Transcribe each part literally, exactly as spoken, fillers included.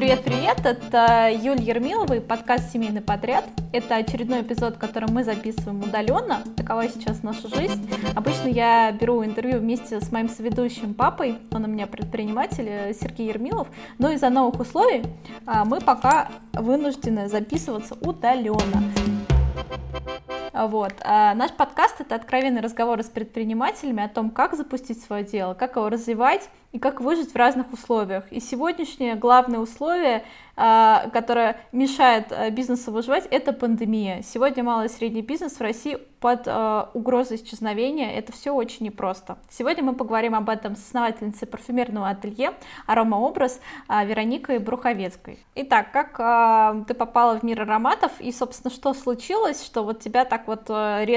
Привет-привет, это Юлия Ермилова и подкаст «Семейный подряд». Это очередной эпизод, который мы записываем удаленно. Такова сейчас наша жизнь. Обычно я беру интервью вместе с моим соведущим папой, он у меня предприниматель, Сергей Ермилов. Но из-за новых условий мы пока вынуждены записываться удаленно. Вот. А наш подкаст — это откровенные разговоры с предпринимателями о том, как запустить свое дело, как его развивать и как выжить в разных условиях. И сегодняшнее главное условие, которое мешает бизнесу выживать, это пандемия. Сегодня малый и средний бизнес в России под угрозой исчезновения. Это все очень непросто. Сегодня мы поговорим об этом с основательницей парфюмерного ателье «Аромаобраз» Вероникой Бруховецкой. Итак, как ты попала в мир ароматов и, собственно, что случилось, что вот тебя так вот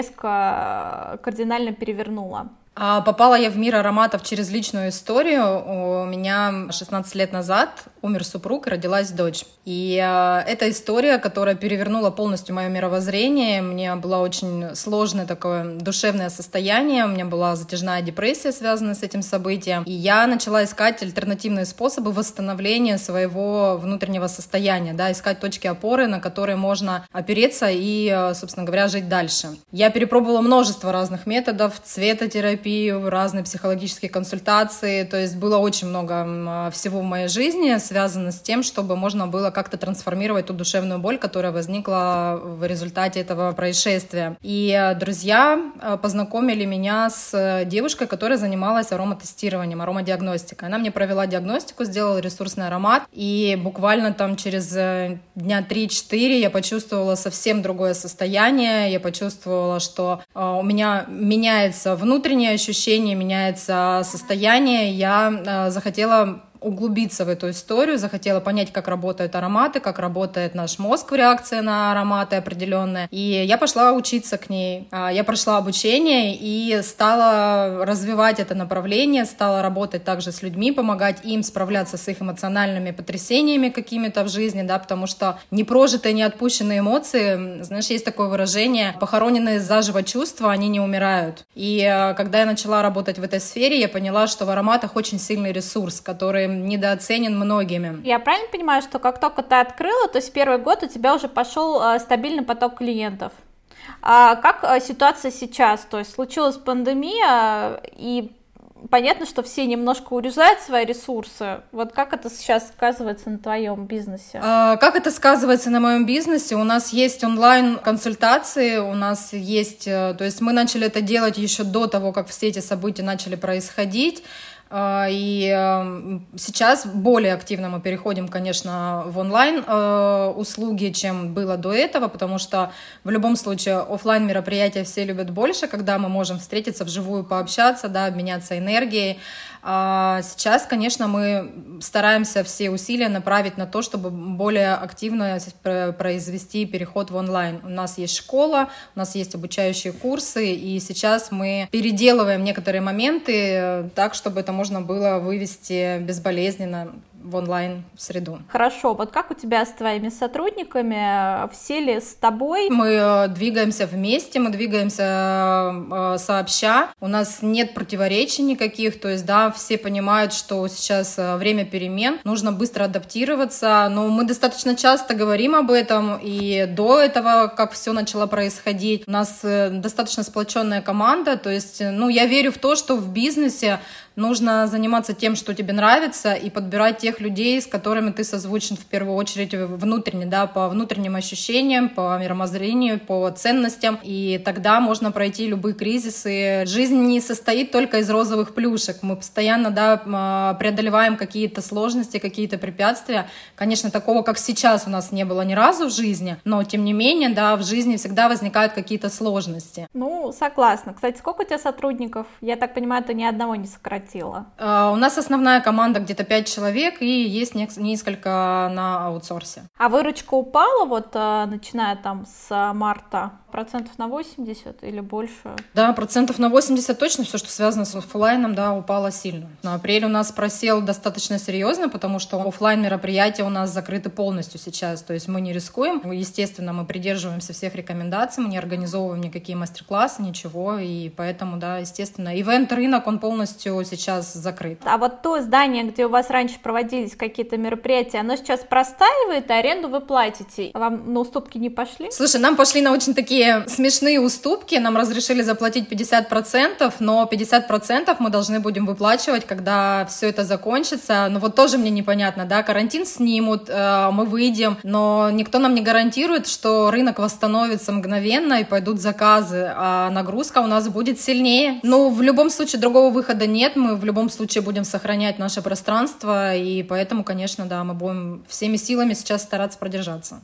резко, кардинально перевернуло? Попала я в мир ароматов через личную историю. У меня шестнадцать лет назад умер супруг и родилась дочь. И эта история, которая перевернула полностью мое мировоззрение. Мне было очень сложное такое душевное состояние. У меня была затяжная депрессия, связанная с этим событием. И я начала искать альтернативные способы восстановления своего внутреннего состояния, да, искать точки опоры, на которые можно опереться и, собственно говоря, жить дальше. Я перепробовала множество разных методов, цветотерапии, разные психологические консультации, то есть было очень много всего в моей жизни, связано с тем, чтобы можно было как-то трансформировать ту душевную боль, которая возникла в результате этого происшествия. И друзья познакомили меня с девушкой, которая занималась ароматестированием, аромадиагностикой. Она мне провела диагностику, сделала ресурсный аромат, и буквально там через дня три-четыре я почувствовала совсем другое состояние, я почувствовала, что у меня меняется внутреннее ощущение, меняется состояние. Я захотела углубиться в эту историю, захотела понять, как работают ароматы, как работает наш мозг в реакции на ароматы определенные. И я пошла учиться к ней. Я прошла обучение и стала развивать это направление, стала работать также с людьми, помогать им справляться с их эмоциональными потрясениями какими-то в жизни, да, потому что непрожитые, неотпущенные эмоции, знаешь, есть такое выражение, похороненные заживо чувства, они не умирают. И когда я начала работать в этой сфере, я поняла, что в ароматах очень сильный ресурс, который недооценен многими. Я правильно понимаю, что как только ты открыла, то есть первый год у тебя уже пошел э, стабильный поток клиентов? А как э, ситуация сейчас? То есть случилась пандемия, и понятно, что все немножко урезают свои ресурсы. Вот как это сейчас сказывается на твоем бизнесе? А, как это сказывается на моем бизнесе? У нас есть онлайн-консультации, у нас есть... То есть мы начали это делать еще до того, как все эти события начали происходить. И сейчас более активно мы переходим, конечно, в онлайн услуги, чем было до этого, потому что в любом случае офлайн мероприятия все любят больше, когда мы можем встретиться вживую, пообщаться, да, обменяться энергией. А сейчас, конечно, мы стараемся все усилия направить на то, чтобы более активно произвести переход в онлайн. У нас есть школа, у нас есть обучающие курсы, и сейчас мы переделываем некоторые моменты так, чтобы это можно было вывести безболезненно в онлайн-среду. Хорошо, вот как у тебя с твоими сотрудниками? Все ли с тобой? Мы двигаемся вместе, мы двигаемся сообща, у нас нет противоречий никаких, то есть, да, все понимают, что сейчас время перемен, нужно быстро адаптироваться, но мы достаточно часто говорим об этом, и до этого, как все начало происходить, у нас достаточно сплоченная команда, то есть, ну, я верю в то, что в бизнесе нужно заниматься тем, что тебе нравится, и подбирать тех людей, с которыми ты созвучен в первую очередь внутренне, да, по внутренним ощущениям, по мировоззрению, по ценностям, и тогда можно пройти любые кризисы. Жизнь не состоит только из розовых плюшек, мы постоянно, да, преодолеваем какие-то сложности, какие-то препятствия. Конечно, такого, как сейчас, у нас не было ни разу в жизни, но тем не менее, да, в жизни всегда возникают какие-то сложности. Ну, согласна. Кстати, сколько у тебя сотрудников? Я так понимаю, ты ни одного не сократила. Uh, у нас основная команда где-то пять человек, и есть несколько на аутсорсе. А выручка упала, вот начиная там с марта, процентов на восемьдесят или больше? Да, процентов на восемьдесят точно. Все, что связано с офлайном, да, упало сильно. На апрель у нас просел достаточно серьезно, потому что офлайн мероприятия у нас закрыты полностью сейчас. То есть мы не рискуем. Естественно, мы придерживаемся всех рекомендаций, мы не организовываем никакие мастер-классы, ничего. И поэтому, да, естественно, ивент-рынок, он полностью сейчас закрыт. А вот то здание, где у вас раньше проводили проводились какие-то мероприятия, оно сейчас простаивает, а аренду вы платите. Вам на уступки не пошли? Слушай, нам пошли на очень такие смешные уступки, нам разрешили заплатить пятьдесят процентов, но пятьдесят процентов мы должны будем выплачивать, когда все это закончится. Ну вот тоже мне непонятно, да, карантин снимут, мы выйдем, но никто нам не гарантирует, что рынок восстановится мгновенно и пойдут заказы, а нагрузка у нас будет сильнее. Ну, в любом случае, другого выхода нет, мы в любом случае будем сохранять наше пространство, и поэтому, конечно, да, мы будем всеми силами сейчас стараться продержаться.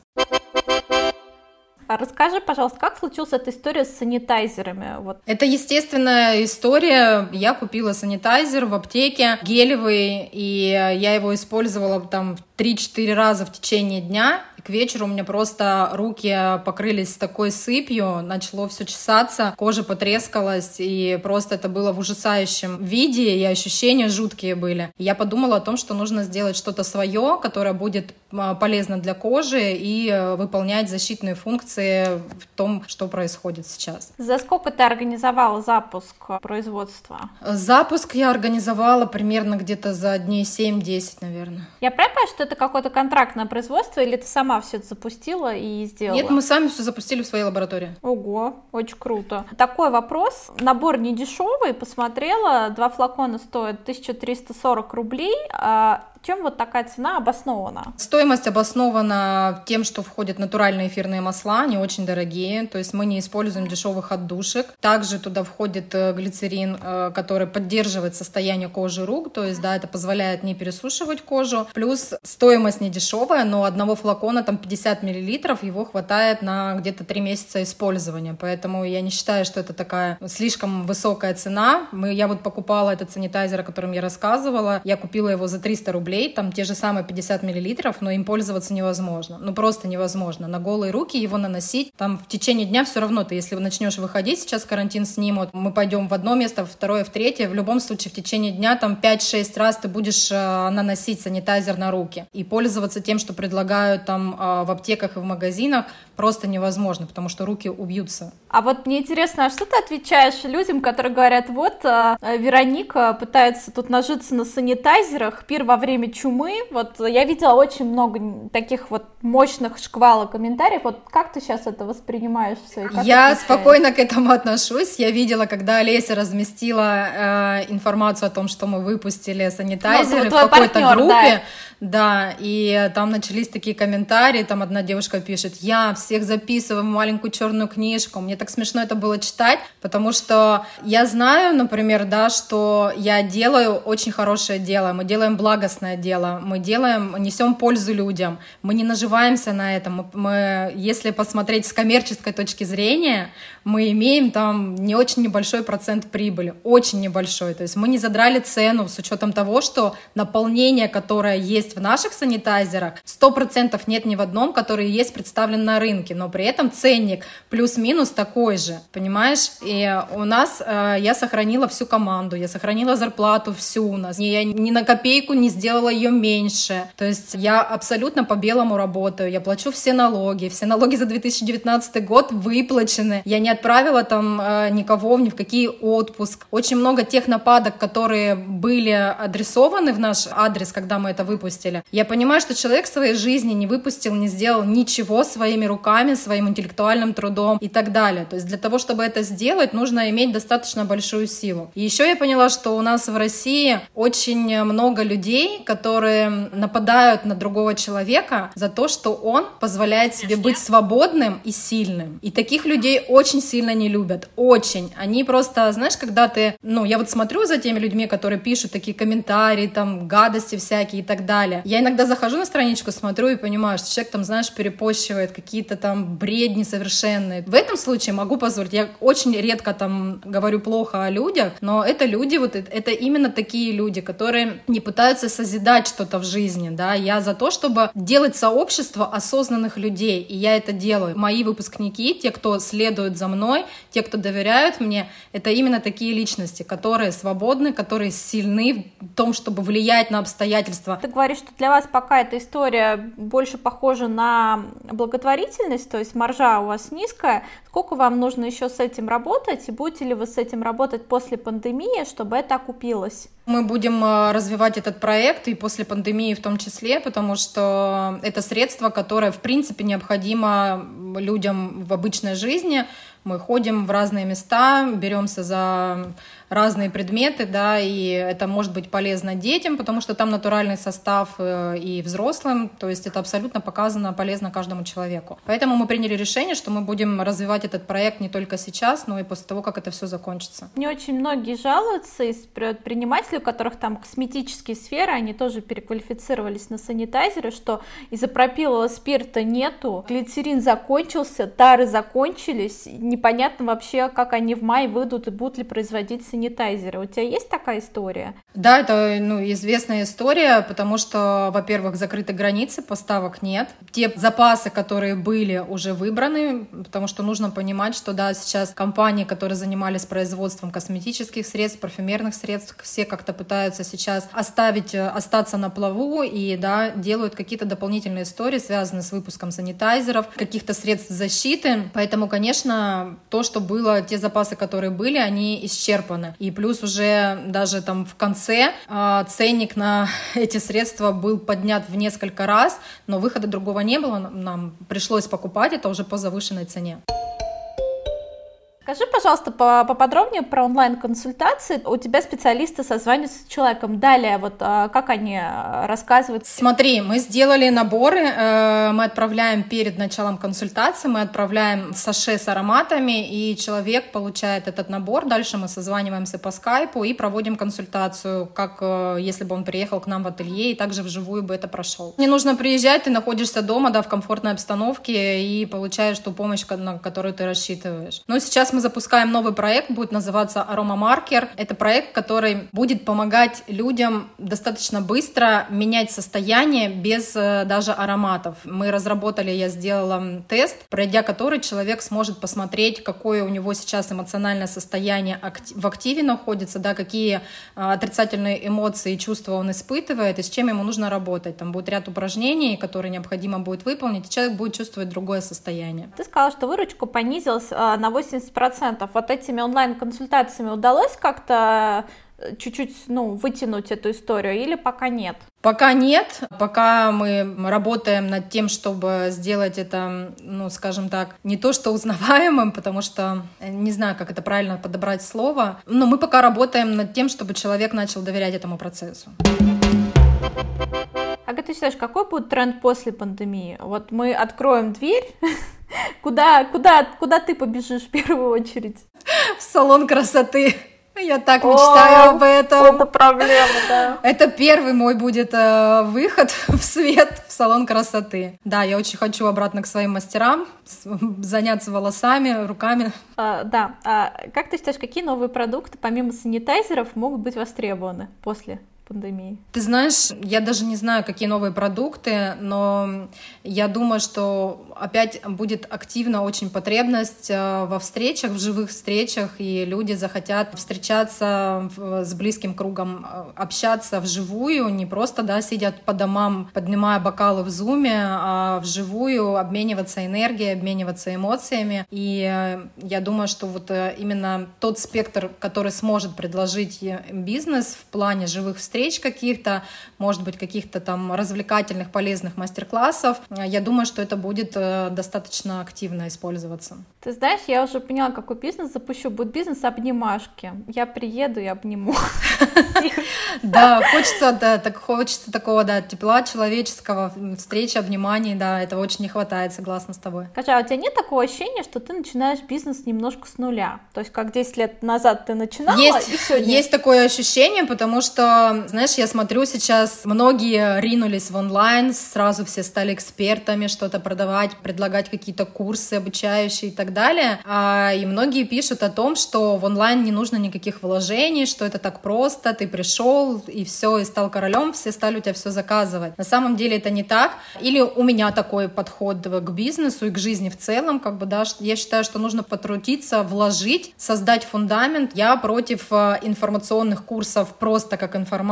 А расскажи, пожалуйста, как случилась эта история с санитайзерами? Вот. Это естественная история. Я купила санитайзер в аптеке, гелевый, и я его использовала там три-четыре раза в течение дня. И к вечеру у меня просто руки покрылись такой сыпью, начало все чесаться, кожа потрескалась, и просто это было в ужасающем виде, и ощущения жуткие были. И я подумала о том, что нужно сделать что-то свое, которое будет полезно для кожи и выполнять защитные функции в том, что происходит сейчас. За сколько ты организовала запуск производства? Запуск я организовала примерно где-то за дней семь-десять, наверное. Я правильно понимаю, что это какое-то контрактное производство, или ты сама все это запустила и сделала? Нет, мы сами все запустили в своей лаборатории. Ого, очень круто. Такой вопрос. Набор не дешевый, посмотрела, два флакона стоят тысяча триста сорок рублей. А чем вот такая цена обоснована? Стоимость обоснована тем, что входят натуральные эфирные масла, они очень дорогие, то есть мы не используем дешевых отдушек. Также туда входит глицерин, который поддерживает состояние кожи рук, то есть, да, это позволяет не пересушивать кожу. Плюс стоимость не дешевая, но одного флакона, там пятьдесят миллилитров, его хватает на где-то три месяца использования, поэтому я не считаю, что это такая слишком высокая цена. Мы, я вот покупала этот санитайзер, о котором я рассказывала, я купила его за триста рублей, там те же самые пятьдесят миллилитров, но им пользоваться невозможно. Ну, просто невозможно. На голые руки его наносить. Там в течение дня все равно ты, если начнешь выходить, сейчас карантин снимут, мы пойдем в одно место, в второе, в третье. В любом случае, в течение дня там пять-шесть раз ты будешь э, наносить санитайзер на руки. И пользоваться тем, что предлагают там э, в аптеках и в магазинах, просто невозможно, потому что руки убьются. А вот мне интересно, а что ты отвечаешь людям, которые говорят, вот, э, Вероника пытается тут нажиться на санитайзерах, пир во время чумы. Вот я видела очень много таких вот мощных шквалов комментариев. Вот как ты сейчас это воспринимаешь все? Я отвечаешь? Спокойно к этому отношусь. Я видела, когда Олеся разместила э, информацию о том, что мы выпустили санитайзеры ну, в какой-то партнер, группе. Да. да, и там начались такие комментарии. Там одна девушка пишет: я всех записываю в маленькую черную книжку. Мне так смешно это было читать, потому что я знаю, например, да, что я делаю очень хорошее дело. Мы делаем благостное дело, мы делаем, несем пользу людям, мы не наживаемся на этом. Мы, мы, если посмотреть с коммерческой точки зрения, мы имеем там не очень небольшой процент прибыли, очень небольшой. То есть мы не задрали цену с учетом того, что наполнение, которое есть в наших санитайзерах, сто процентов нет ни в одном, который есть представлен на рынке, но при этом ценник плюс-минус такой же, понимаешь? И у нас, э, я сохранила всю команду, я сохранила зарплату всю у нас, я ни на копейку не сделала ее меньше. То есть я абсолютно по белому работаю, я плачу все налоги, все налоги за две тысячи девятнадцатый год выплачены, я не отправила там э, никого ни в какие отпуск. Очень много тех нападок, которые были адресованы в наш адрес, когда мы это выпустили. Я понимаю, что человек в своей жизни не выпустил, не сделал ничего своими руками, своим интеллектуальным трудом и так далее. То есть для того, чтобы это сделать, нужно иметь достаточно большую силу. И еще я поняла, что у нас в России очень много людей, которые нападают на другого человека за то, что он позволяет себе быть свободным и сильным. И таких людей очень сильно не любят. Очень. Они просто, знаешь, когда ты... Ну, я вот смотрю за теми людьми, которые пишут такие комментарии, там, гадости всякие и так далее. Я иногда захожу на страничку, смотрю и понимаю, что человек там, знаешь, перепощивает какие-то там бредни совершенные. В этом случае могу позволить. Я очень редко там говорю плохо о людях, но это люди, вот это именно такие люди, которые не пытаются созидать что-то в жизни, да. Я за то, чтобы делать сообщество осознанных людей, и я это делаю. Мои выпускники, те, кто следует за мной, те, кто доверяют мне, это именно такие личности, которые свободны, которые сильны в том, чтобы влиять на обстоятельства. Ты говоришь, что для вас пока эта история больше похожа на благотворительность, то есть маржа у вас низкая. Сколько вам нужно еще с этим работать, и будете ли вы с этим работать после пандемии, чтобы это окупилось? Мы будем развивать этот проект и после пандемии в том числе, потому что это средство, которое, в принципе, необходимо людям в обычной жизни. Мы ходим в разные места, беремся за разные предметы, да, и это может быть полезно детям, потому что там натуральный состав, и взрослым, то есть это абсолютно показано полезно каждому человеку. Поэтому мы приняли решение, что мы будем развивать этот проект не только сейчас, но и после того, как это все закончится. Мне очень многие жалуются из предпринимателей, у которых там косметические сферы, они тоже переквалифицировались на санитайзеры, что из-за пропилого спирта нету, глицерин закончился, тары закончились, непонятно вообще, как они в мае выйдут и будут ли производить санитайзеры. У тебя есть такая история? Да, это ну, известная история, потому что, во-первых, закрыты границы, поставок нет. Те запасы, которые были, уже выбраны, потому что нужно понимать, что да, сейчас компании, которые занимались производством косметических средств, парфюмерных средств, все как-то пытаются сейчас оставить, остаться на плаву и да, делают какие-то дополнительные истории, связанные с выпуском санитайзеров, каких-то средств защиты. Поэтому, конечно, то, что было, те запасы, которые были, они исчерпаны. И плюс уже даже там в конце э, ценник на эти средства был поднят в несколько раз, но выхода другого не было, нам пришлось покупать это уже по завышенной цене. Скажи, пожалуйста, поподробнее про онлайн-консультации. У тебя специалисты созваниваются с человеком. Далее, вот как они рассказывают? Смотри, мы сделали наборы, мы отправляем перед началом консультации, мы отправляем саше с ароматами, и человек получает этот набор. Дальше мы созваниваемся по скайпу и проводим консультацию, как если бы он приехал к нам в ателье и также вживую бы это прошел. Не нужно приезжать, ты находишься дома, да, в комфортной обстановке и получаешь ту помощь, на которую ты рассчитываешь. Но сейчас мы запускаем новый проект, будет называться «Аромамаркер». Это проект, который будет помогать людям достаточно быстро менять состояние без даже ароматов. Мы разработали, я сделала тест, пройдя который человек сможет посмотреть, какое у него сейчас эмоциональное состояние в активе находится, да, какие отрицательные эмоции и чувства он испытывает, и с чем ему нужно работать. Там будет ряд упражнений, которые необходимо будет выполнить, и человек будет чувствовать другое состояние. Ты сказала, что выручка понизилась на восемьдесят процентов. Вот этими онлайн-консультациями удалось как-то чуть-чуть, ну, вытянуть эту историю или пока нет? Пока нет, пока мы работаем над тем, чтобы сделать это, ну, скажем так, не то что узнаваемым, потому что не знаю, как это правильно подобрать слово, но мы пока работаем над тем, чтобы человек начал доверять этому процессу. А как ты считаешь, какой будет тренд после пандемии? Вот мы откроем дверь, куда, куда, куда ты побежишь в первую очередь? В салон красоты. Я так мечтаю об этом. Это проблема, да. Это первый мой будет э, выход в свет в салон красоты. Да, я очень хочу обратно к своим мастерам, заняться волосами, руками. А, да. А как ты считаешь, какие новые продукты, помимо санитайзеров, могут быть востребованы после пандемии? Ты знаешь, я даже не знаю, какие новые продукты, но я думаю, что опять будет активна очень потребность во встречах, в живых встречах, и люди захотят встречаться с близким кругом, общаться вживую, не просто, да, сидят по домам, поднимая бокалы в зуме, а вживую обмениваться энергией, обмениваться эмоциями. И я думаю, что вот именно тот спектр, который сможет предложить бизнес в плане живых встреч, встреч каких-то, может быть, каких-то там развлекательных, полезных мастер-классов. Я думаю, что это будет достаточно активно использоваться. Ты знаешь, я уже поняла, какой бизнес запущу. Будет бизнес-обнимашки. Я приеду и обниму. Да, хочется, да, так хочется такого, да, тепла человеческого, встречи, обниманий, да, этого очень не хватает, согласна с тобой. Скажи, а у тебя нет такого ощущения, что ты начинаешь бизнес немножко с нуля? То есть, как десять лет назад ты начинала, есть, и сегодня... Есть такое ощущение, потому что, знаешь, я смотрю сейчас, многие ринулись в онлайн, сразу все стали экспертами, что-то продавать, предлагать какие-то курсы обучающие и так далее, а, и многие пишут о том, что в онлайн не нужно никаких вложений, что это так просто, ты пришел и все, и стал королем, все стали у тебя все заказывать. На самом деле это не так. Или у меня такой подход к бизнесу и к жизни в целом, как бы, да, я считаю, что нужно потрудиться, вложить, создать фундамент. Я против информационных курсов просто как информация,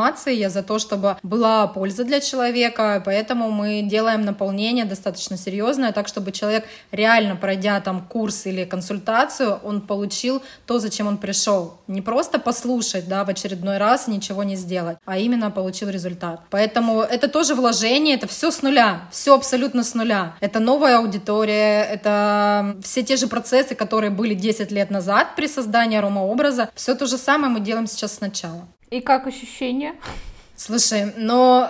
информации, я за то, чтобы была польза для человека, поэтому мы делаем наполнение достаточно серьезное, так, чтобы человек, реально пройдя там курс или консультацию, он получил то, зачем он пришел. Не просто послушать, да, в очередной раз ничего не сделать, а именно получил результат. Поэтому это тоже вложение, это все с нуля, все абсолютно с нуля. Это новая аудитория, это все те же процессы, которые были десять лет назад при создании аромаобраза. Все то же самое мы делаем сейчас сначала. И как ощущения? Слушай, но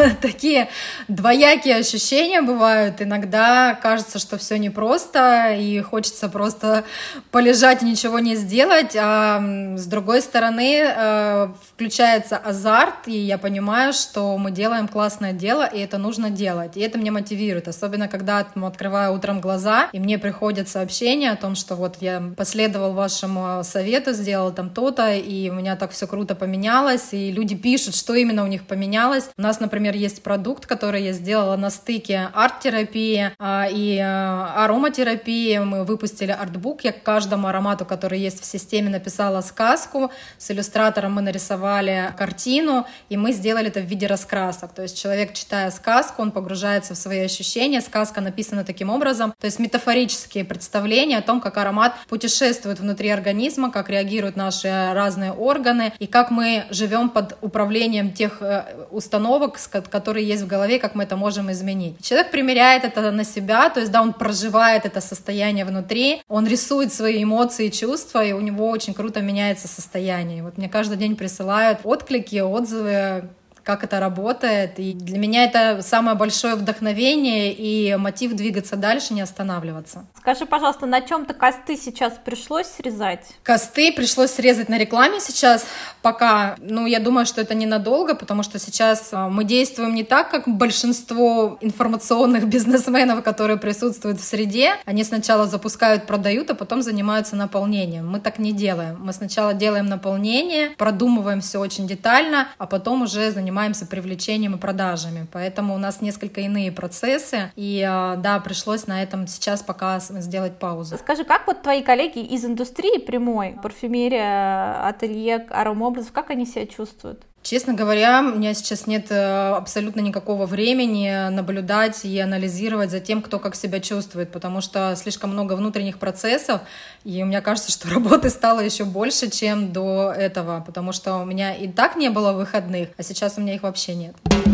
такие двоякие ощущения бывают. Иногда кажется, что все непросто, и хочется просто полежать и ничего не сделать. А с другой стороны, включается азарт, и я понимаю, что мы делаем классное дело, и это нужно делать. И это меня мотивирует, особенно когда открываю утром глаза, и мне приходят сообщения о том, что вот я последовал вашему совету, сделал там то-то, и у меня так все круто поменялось, и люди пишут, что именно у них поменялось. У нас, например, есть продукт, который я сделала на стыке арт-терапии и ароматерапии. Мы выпустили артбук. Я к каждому аромату, который есть в системе, написала сказку. С иллюстратором мы нарисовали картину, и мы сделали это в виде раскрасок. То есть человек, читая сказку, он погружается в свои ощущения. Сказка написана таким образом. То есть метафорические представления о том, как аромат путешествует внутри организма, как реагируют наши разные органы, и как мы живем под управлением тех установок, которые есть в голове, как мы это можем изменить. Человек примеряет это на себя, то есть, да, он проживает это состояние внутри, он рисует свои эмоции и чувства, и у него очень круто меняется состояние. Вот мне каждый день присылают отклики, отзывы, как это работает, и для меня это самое большое вдохновение и мотив двигаться дальше, не останавливаться. Скажи, пожалуйста, на чем-то косты сейчас пришлось срезать? Косты пришлось срезать на рекламе сейчас, пока, ну, я думаю, что это ненадолго, потому что сейчас мы действуем не так, как большинство информационных бизнесменов, которые присутствуют в среде. Они сначала запускают, продают, а потом занимаются наполнением. Мы так не делаем. Мы сначала делаем наполнение, продумываем все очень детально, а потом уже занимаемся привлечением и продажами. Поэтому у нас несколько иные процессы, и да, пришлось на этом сейчас пока сделать паузу. Скажи, как вот твои коллеги из индустрии прямой, парфюмерия, ателье, аромаобразов, как они себя чувствуют? Честно говоря, у меня сейчас нет абсолютно никакого времени наблюдать и анализировать за тем, кто как себя чувствует, потому что слишком много внутренних процессов, и мне кажется, что работы стало еще больше, чем до этого, потому что у меня и так не было выходных, а сейчас у меня их вообще нет.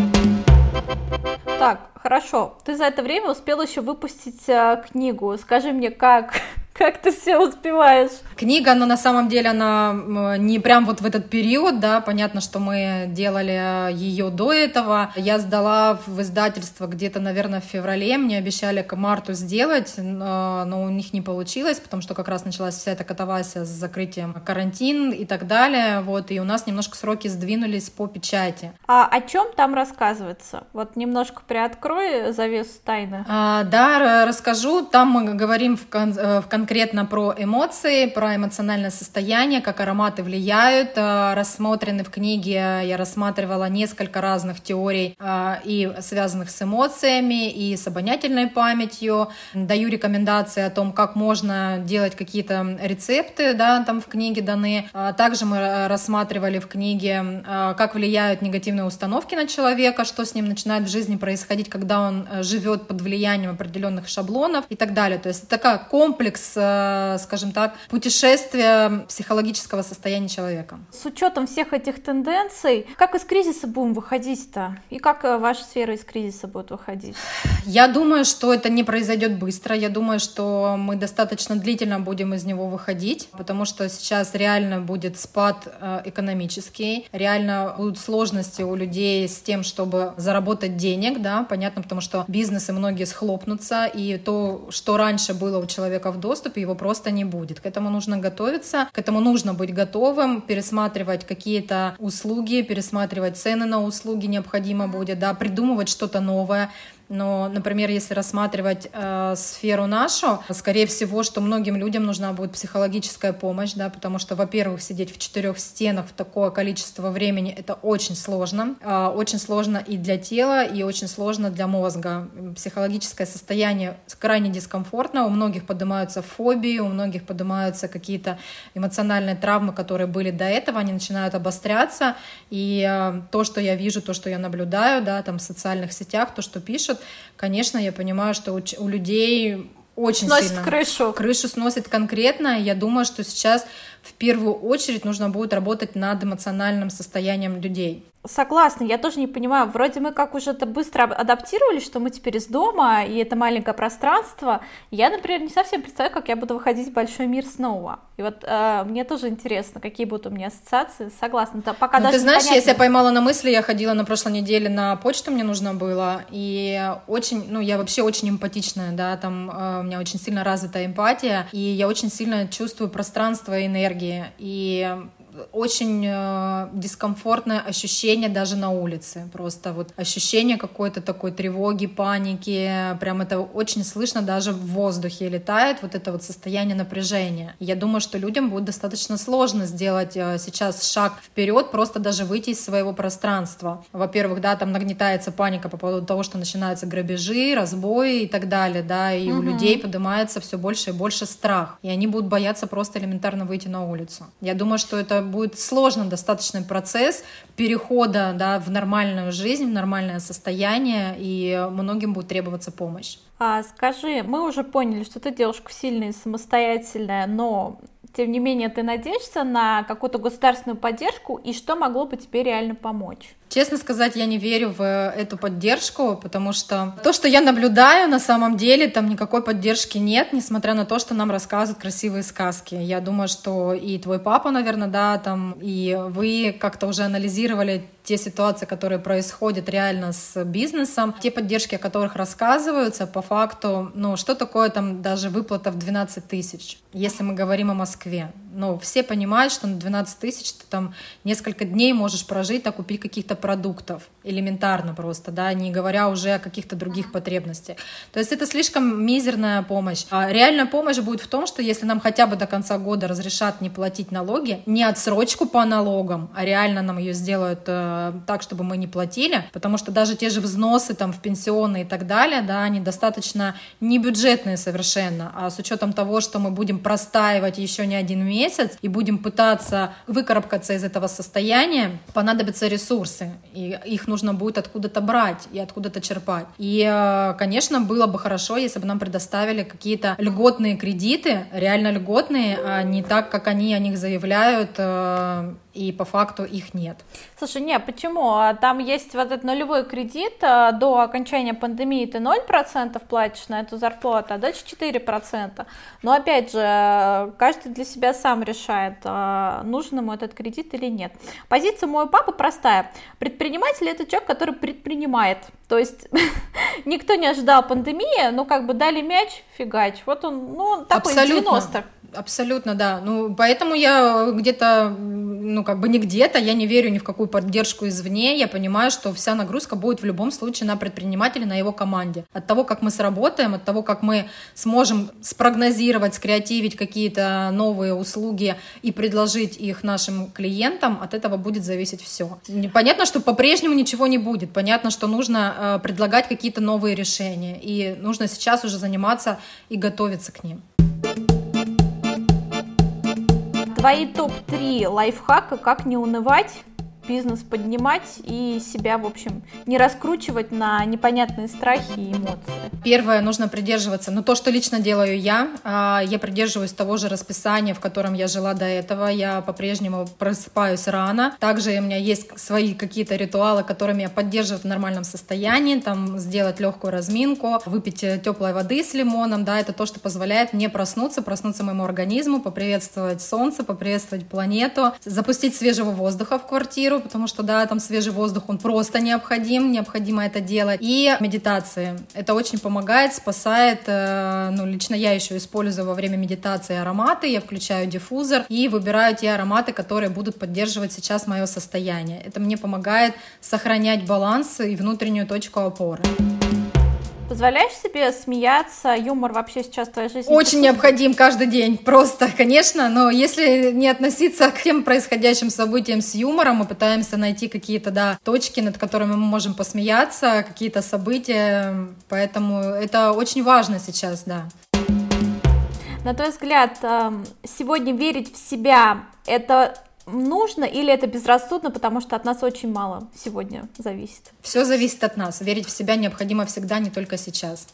Так, хорошо. Ты за это время успела еще выпустить э, книгу. Скажи мне, как... Как ты все успеваешь? Книга, но на самом деле она не прям вот в этот период, да, понятно, что мы делали ее до этого. Я сдала в издательство где-то, наверное, в феврале, мне обещали к марту сделать, но у них не получилось, потому что как раз началась вся эта катавасия с закрытием карантин и так далее, вот, и у нас немножко сроки сдвинулись по печати. А о чем там рассказывается? Вот немножко приоткрой завесу тайны. А, да, расскажу. Там мы говорим в, кон- в конкретном конкретно про эмоции, про эмоциональное состояние, как ароматы влияют. Рассмотрены в книге, я рассматривала несколько разных теорий и связанных с эмоциями, и с обонятельной памятью. Даю рекомендации о том, как можно делать какие-то рецепты, да, там в книге даны. Также мы рассматривали в книге, как влияют негативные установки на человека, что с ним начинает в жизни происходить, когда он живет под влиянием определенных шаблонов и так далее. То есть это такой комплекс, скажем так, путешествия психологического состояния человека. С учетом всех этих тенденций, как из кризиса будем выходить-то? И как ваша сфера из кризиса будет выходить? Я думаю, что это не произойдет быстро. Я думаю, что мы достаточно длительно будем из него выходить, потому что сейчас реально будет спад экономический, реально будут сложности у людей с тем, чтобы заработать денег, да, понятно, потому что бизнесы многие схлопнутся, и то, что раньше было у человека в доступе, его просто не будет. К этому нужно готовиться, к этому нужно быть готовым, пересматривать какие-то услуги, пересматривать цены на услуги необходимо будет, да, придумывать что-то новое. Но, например, если рассматривать э, сферу нашу, скорее всего, что многим людям нужна будет психологическая помощь, да, потому что, во-первых, сидеть в четырех стенах в такое количество времени — это очень сложно. Э, очень сложно и для тела, и очень сложно для мозга. Психологическое состояние крайне дискомфортно, у многих поднимаются фобии, у многих поднимаются какие-то эмоциональные травмы, которые были до этого, они начинают обостряться, и э, то, что я вижу, то, что я наблюдаю, да, там в социальных сетях, то, что пишут, конечно, я понимаю, что у, у людей очень сносит сильно крышу. крышу сносит конкретно. Я думаю, что сейчас в первую очередь нужно будет работать над эмоциональным состоянием людей. Согласна, я тоже не понимаю, вроде мы как уже это быстро адаптировались, что мы теперь из дома, и это маленькое пространство. Я, например, не совсем представляю, как я буду выходить в большой мир снова. И вот э, мне тоже интересно, какие будут у меня ассоциации. Согласна, то пока ну, даже ты знаешь, непонятно. я себя поймала на мысли, я ходила на прошлой неделе на почту, мне нужно было, и очень, ну, я вообще очень эмпатичная, да, там э, у меня очень сильно развита эмпатия, и я очень сильно чувствую пространство и энергии, и очень э, дискомфортное ощущение даже на улице, просто вот ощущение какой-то такой тревоги, паники, прям это очень слышно даже в воздухе летает, вот это вот состояние напряжения. Я думаю, что людям будет достаточно сложно сделать э, сейчас шаг вперед, просто даже выйти из своего пространства. Во-первых, да, там нагнетается паника по поводу того, что начинаются грабежи, разбои и так далее, да, и угу. у людей поднимается все больше и больше страх, и они будут бояться просто элементарно выйти на улицу. Я думаю, что это будет сложный достаточный процесс перехода, да, в нормальную жизнь, в нормальное состояние, и многим будет требоваться помощь. А, скажи, мы уже поняли, что ты девушка сильная и самостоятельная, но тем не менее ты надеешься на какую-то государственную поддержку, и что могло бы тебе реально помочь? Честно сказать, я не верю в эту поддержку, потому что то, что я наблюдаю, на самом деле там никакой поддержки нет, несмотря на то, что нам рассказывают красивые сказки. Я думаю, что и твой папа, наверное, да, там, и вы как-то уже анализировали те ситуации, которые происходят реально с бизнесом, те поддержки, о которых рассказываются, по факту, ну, что такое там даже выплата в двенадцать тысяч, если мы говорим о Москве. Ну, все понимают, что на двенадцать тысяч ты там несколько дней можешь прожить, а купить каких-то продуктов, элементарно просто, да, не говоря уже о каких-то других потребностях. То есть это слишком мизерная помощь. А реальная помощь будет в том, что если нам хотя бы до конца года разрешат не платить налоги, не отсрочку по налогам, а реально нам ее сделают э, так, чтобы мы не платили, потому что даже те же взносы там в пенсионные и так далее, да, они достаточно не бюджетные совершенно, а с учетом того, что мы будем простаивать еще не один месяц и будем пытаться выкарабкаться из этого состояния, понадобятся ресурсы, и их нужно будет откуда-то брать и откуда-то черпать. И, конечно, было бы хорошо, если бы нам предоставили какие-то льготные кредиты, реально льготные, а не так, как они о них заявляют, и по факту их нет. Слушай, не, почему? Там есть вот этот нулевой кредит, до окончания пандемии ты ноль процентов платишь на эту зарплату, а дальше четыре процента. Но опять же, каждый для себя сам решает, нужен ему этот кредит или нет. Позиция моего папы простая. Предприниматель — это человек, который предпринимает. То есть никто не ожидал пандемии, но как бы дали мяч, фигач. Вот он, ну, такой девяностых. Абсолютно, да. Ну, поэтому я где-то, ну, как бы не где-то, я не верю ни в какую поддержку извне. Я понимаю, что вся нагрузка будет в любом случае на предпринимателя, на его команде. От того, как мы сработаем, от того, как мы сможем спрогнозировать, скреативить какие-то новые услуги и предложить их нашим клиентам, от этого будет зависеть все. Понятно, что по-прежнему ничего не будет. Понятно, что нужно э, предлагать какие-то новые решения. И нужно сейчас уже заниматься и готовиться к ним. Твои топ три лайфхака, как не унывать, бизнес поднимать и себя, в общем, не раскручивать на непонятные страхи и эмоции. Первое, нужно придерживаться, ну, то, что лично делаю я, я придерживаюсь того же расписания, в котором я жила до этого, я по-прежнему просыпаюсь рано, также у меня есть свои какие-то ритуалы, которыми я поддерживаю в нормальном состоянии, там, сделать легкую разминку, выпить теплой воды с лимоном, да, это то, что позволяет мне проснуться, проснуться моему организму, поприветствовать солнце, поприветствовать планету, запустить свежего воздуха в квартиру, потому что, да, там свежий воздух, он просто необходим, необходимо это делать. И медитации. Это очень помогает, спасает. Ну, лично я еще использую во время медитации ароматы, я включаю диффузор и выбираю те ароматы, которые будут поддерживать сейчас мое состояние. Это мне помогает сохранять баланс и внутреннюю точку опоры. Позволяешь себе смеяться? Юмор вообще сейчас в твоей жизни? Очень необходим каждый день, просто, конечно, но если не относиться к тем происходящим событиям с юмором, мы пытаемся найти какие-то, да, точки, над которыми мы можем посмеяться, какие-то события, поэтому это очень важно сейчас, да. На твой взгляд, сегодня верить в себя — это нужно или это безрассудно, потому что от нас очень мало сегодня зависит? Все зависит от нас. Верить в себя необходимо всегда, не только сейчас.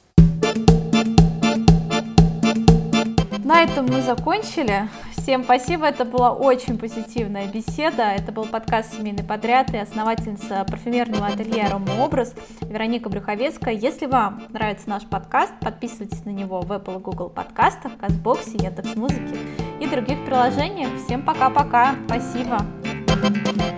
На этом мы закончили. Всем спасибо, это была очень позитивная беседа. Это был подкаст «Семейный подряд» и основательница парфюмерного ателье «Аромаобраз» Вероника Брюховецкая. Если вам нравится наш подкаст, подписывайтесь на него в Apple и Google подкастах, Кастбоксе, Яндекс.Музыке и других приложениях. Всем пока-пока, спасибо.